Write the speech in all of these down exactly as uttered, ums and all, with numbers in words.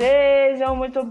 Sejam muito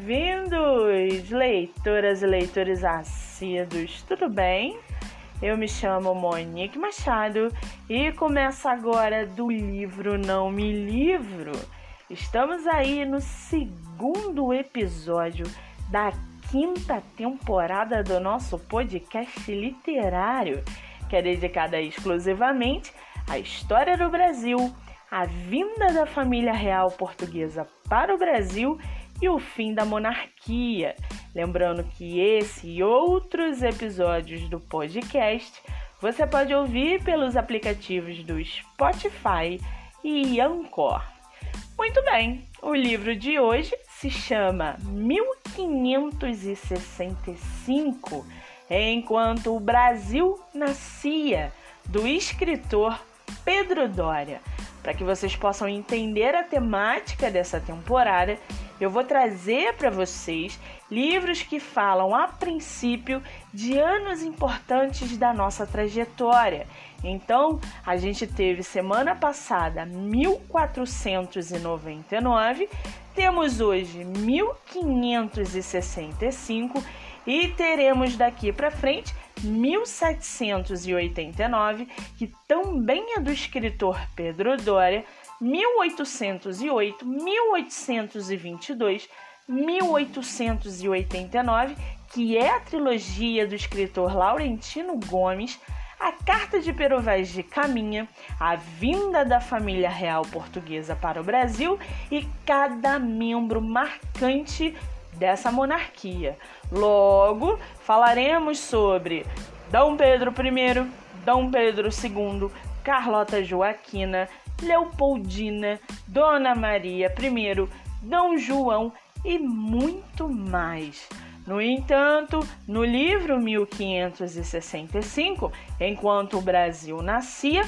bem-vindos, leitoras e leitores assíduos, tudo bem? Eu me chamo Monique Machado e começo agora do livro Não Me Livro. Estamos aí no segundo episódio da quinta temporada do nosso podcast literário, que é dedicada exclusivamente à história do Brasil, a vinda da família real portuguesa para o Brasil e o fim da monarquia. Lembrando que esse e outros episódios do podcast você pode ouvir pelos aplicativos do Spotify e Anchor. Muito bem, o livro de hoje se chama mil quinhentos e sessenta e cinco, Enquanto o Brasil Nascia, do escritor Pedro Doria. Para que vocês possam entender a temática dessa temporada, eu vou trazer para vocês livros que falam, a princípio, de anos importantes da nossa trajetória. Então, a gente teve semana passada mil quatrocentos e noventa e nove, temos hoje mil quinhentos e sessenta e cinco e teremos daqui para frente mil setecentos e oitenta e nove, que também é do escritor Pedro Doria, mil oitocentos e oito, mil oitocentos e vinte e dois, mil oitocentos e oitenta e nove, que é a trilogia do escritor Laurentino Gomes, a Carta de Pero Vaz de Caminha, a vinda da família real portuguesa para o Brasil e cada membro marcante dessa monarquia. Logo, falaremos sobre Dom Pedro I, Dom Pedro segundo, Carlota Joaquina, Leopoldina, Dona Maria I, Dom João e muito mais. No entanto, no livro mil quinhentos e sessenta e cinco, Enquanto o Brasil Nascia,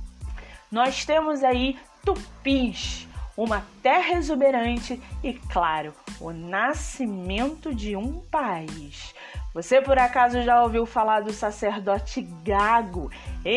nós temos aí tupis, uma terra exuberante e, claro, o nascimento de um país. Você, por acaso, já ouviu falar do sacerdote Gago,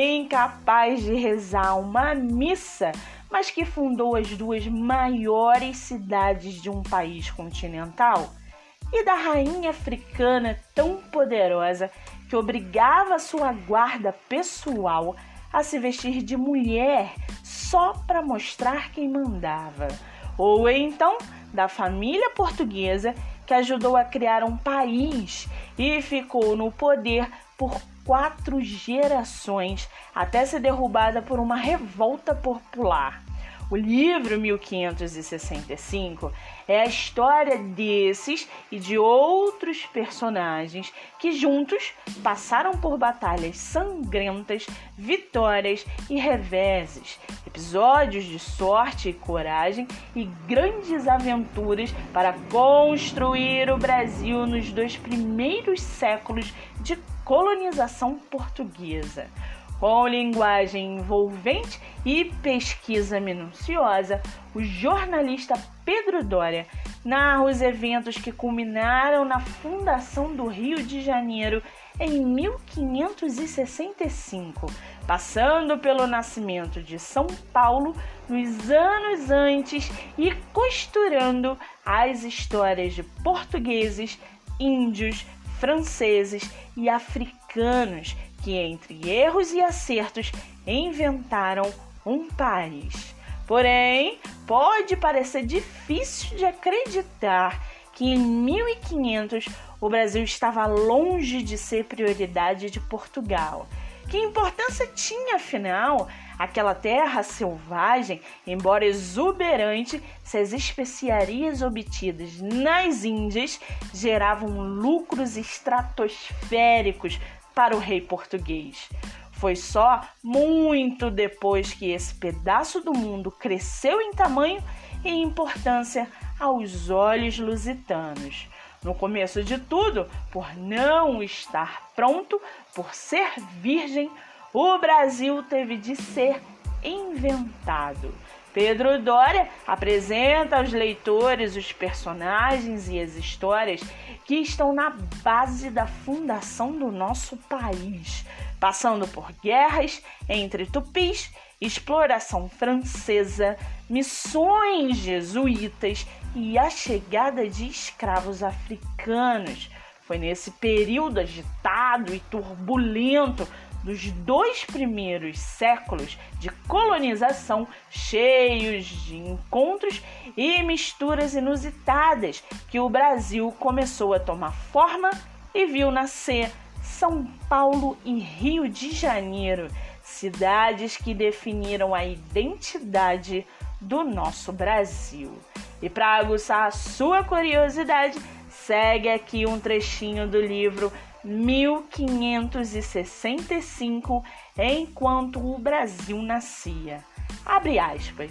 incapaz de rezar uma missa, mas que fundou as duas maiores cidades de um país continental? E da rainha africana tão poderosa que obrigava sua guarda pessoal a se vestir de mulher só para mostrar quem mandava? Ou então da família portuguesa que ajudou a criar um país e ficou no poder por quatro gerações até ser derrubada por uma revolta popular. O livro mil quinhentos e sessenta e cinco é a história desses e de outros personagens que juntos passaram por batalhas sangrentas, vitórias e reveses, episódios de sorte e coragem e grandes aventuras para construir o Brasil nos dois primeiros séculos de colonização portuguesa. Com linguagem envolvente e pesquisa minuciosa, o jornalista Pedro Doria narra os eventos que culminaram na fundação do Rio de Janeiro em mil quinhentos e sessenta e cinco, passando pelo nascimento de São Paulo nos anos antes e costurando as histórias de portugueses, índios, franceses e africanos que, entre erros e acertos, inventaram um país. Porém, pode parecer difícil de acreditar que em mil e quinhentos o Brasil estava longe de ser prioridade de Portugal. Que importância tinha, afinal, aquela terra selvagem, embora exuberante, se as especiarias obtidas nas Índias geravam lucros estratosféricos para o rei português? Foi só muito depois que esse pedaço do mundo cresceu em tamanho e importância aos olhos lusitanos. No começo de tudo, por não estar pronto, por ser virgem, o Brasil teve de ser inventado. Pedro Doria apresenta aos leitores os personagens e as histórias que estão na base da fundação do nosso país, passando por guerras entre tupis exploração francesa, missões jesuítas e a chegada de escravos africanos. Foi nesse período agitado e turbulento dos dois primeiros séculos de colonização, cheios de encontros e misturas inusitadas, que o Brasil começou a tomar forma e viu nascer São Paulo e Rio de Janeiro, cidades que definiram a identidade do nosso Brasil. E para aguçar a sua curiosidade, segue aqui um trechinho do livro mil quinhentos e sessenta e cinco, Enquanto o Brasil Nascia. Abre aspas.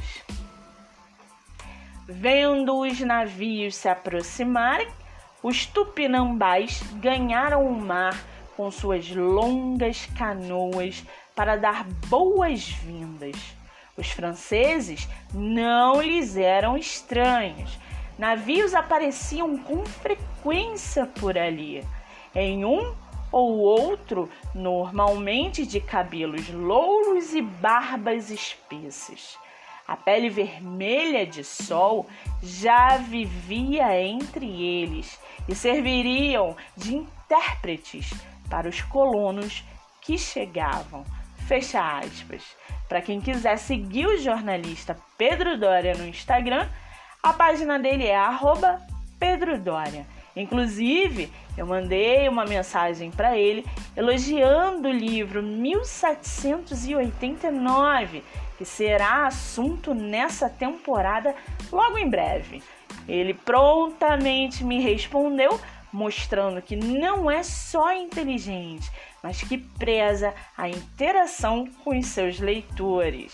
Vendo os navios se aproximarem, os tupinambás ganharam o mar com suas longas canoas para dar boas-vindas. Os franceses não lhes eram estranhos. Navios apareciam com frequência por ali. Em um ou outro, normalmente de cabelos louros e barbas espessas. A pele vermelha de sol já vivia entre eles e serviriam de intérpretes para os colonos que chegavam. Fecha aspas. Para quem quiser seguir o jornalista Pedro Doria no Instagram, a página dele é arroba Pedro Doria. Inclusive, eu mandei uma mensagem para ele elogiando o livro mil setecentos e oitenta e nove, que será assunto nessa temporada logo em breve. Ele prontamente me respondeu, mostrando que não é só inteligente, mas que preza a interação com os seus leitores.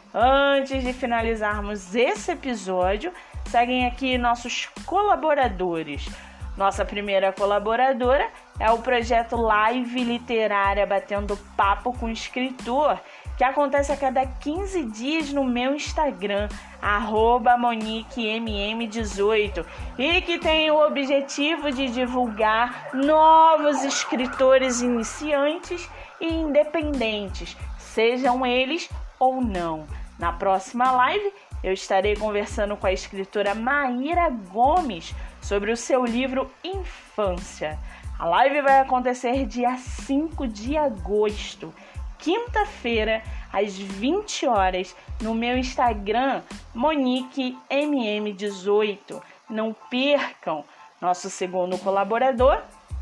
Antes de finalizarmos esse episódio, seguem aqui nossos colaboradores. Nossa primeira colaboradora é o projeto Live Literária Batendo Papo com Escritor, que acontece a cada quinze dias no meu Instagram, arroba Monique M M dezoito, e que tem o objetivo de divulgar novos escritores iniciantes e independentes, sejam eles ou não. Na próxima live, eu estarei conversando com a escritora Maíra Gomes sobre o seu livro Infância. A live vai acontecer dia cinco de agosto, quinta-feira, às vinte horas, no meu Instagram, Monique M M dezoito. Não percam! Nosso segundo colaborador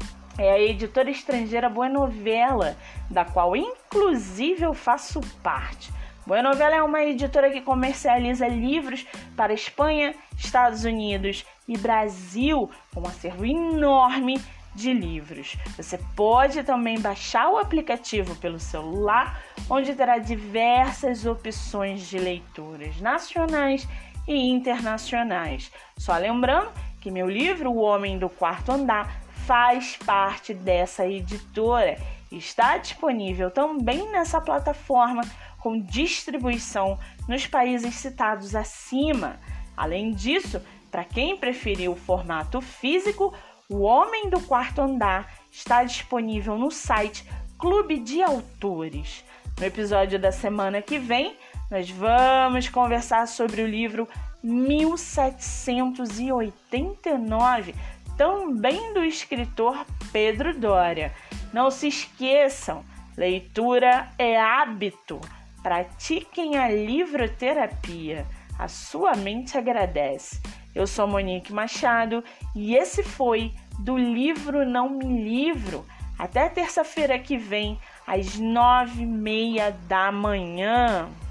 é a editora estrangeira Boa Novela, da qual inclusive eu faço parte. Boa Novela é uma editora que comercializa livros para Espanha, Estados Unidos e Brasil, com um acervo enorme de livros. Você pode também baixar o aplicativo pelo celular, onde terá diversas opções de leituras nacionais e internacionais. Só lembrando que meu livro, O Homem do Quarto Andar, faz parte dessa editora e está disponível também nessa plataforma, com distribuição nos países citados acima. Além disso, para quem preferir o formato físico, O Homem do Quarto Andar está disponível no site Clube de Autores. No episódio da semana que vem, nós vamos conversar sobre o livro mil setecentos e oitenta e nove, também do escritor Pedro Doria. Não se esqueçam, leitura é hábito. Pratiquem a livroterapia. A sua mente agradece. Eu sou Monique Machado e esse foi do livro Não Me Livro. Até terça-feira que vem, às nove e meia da manhã.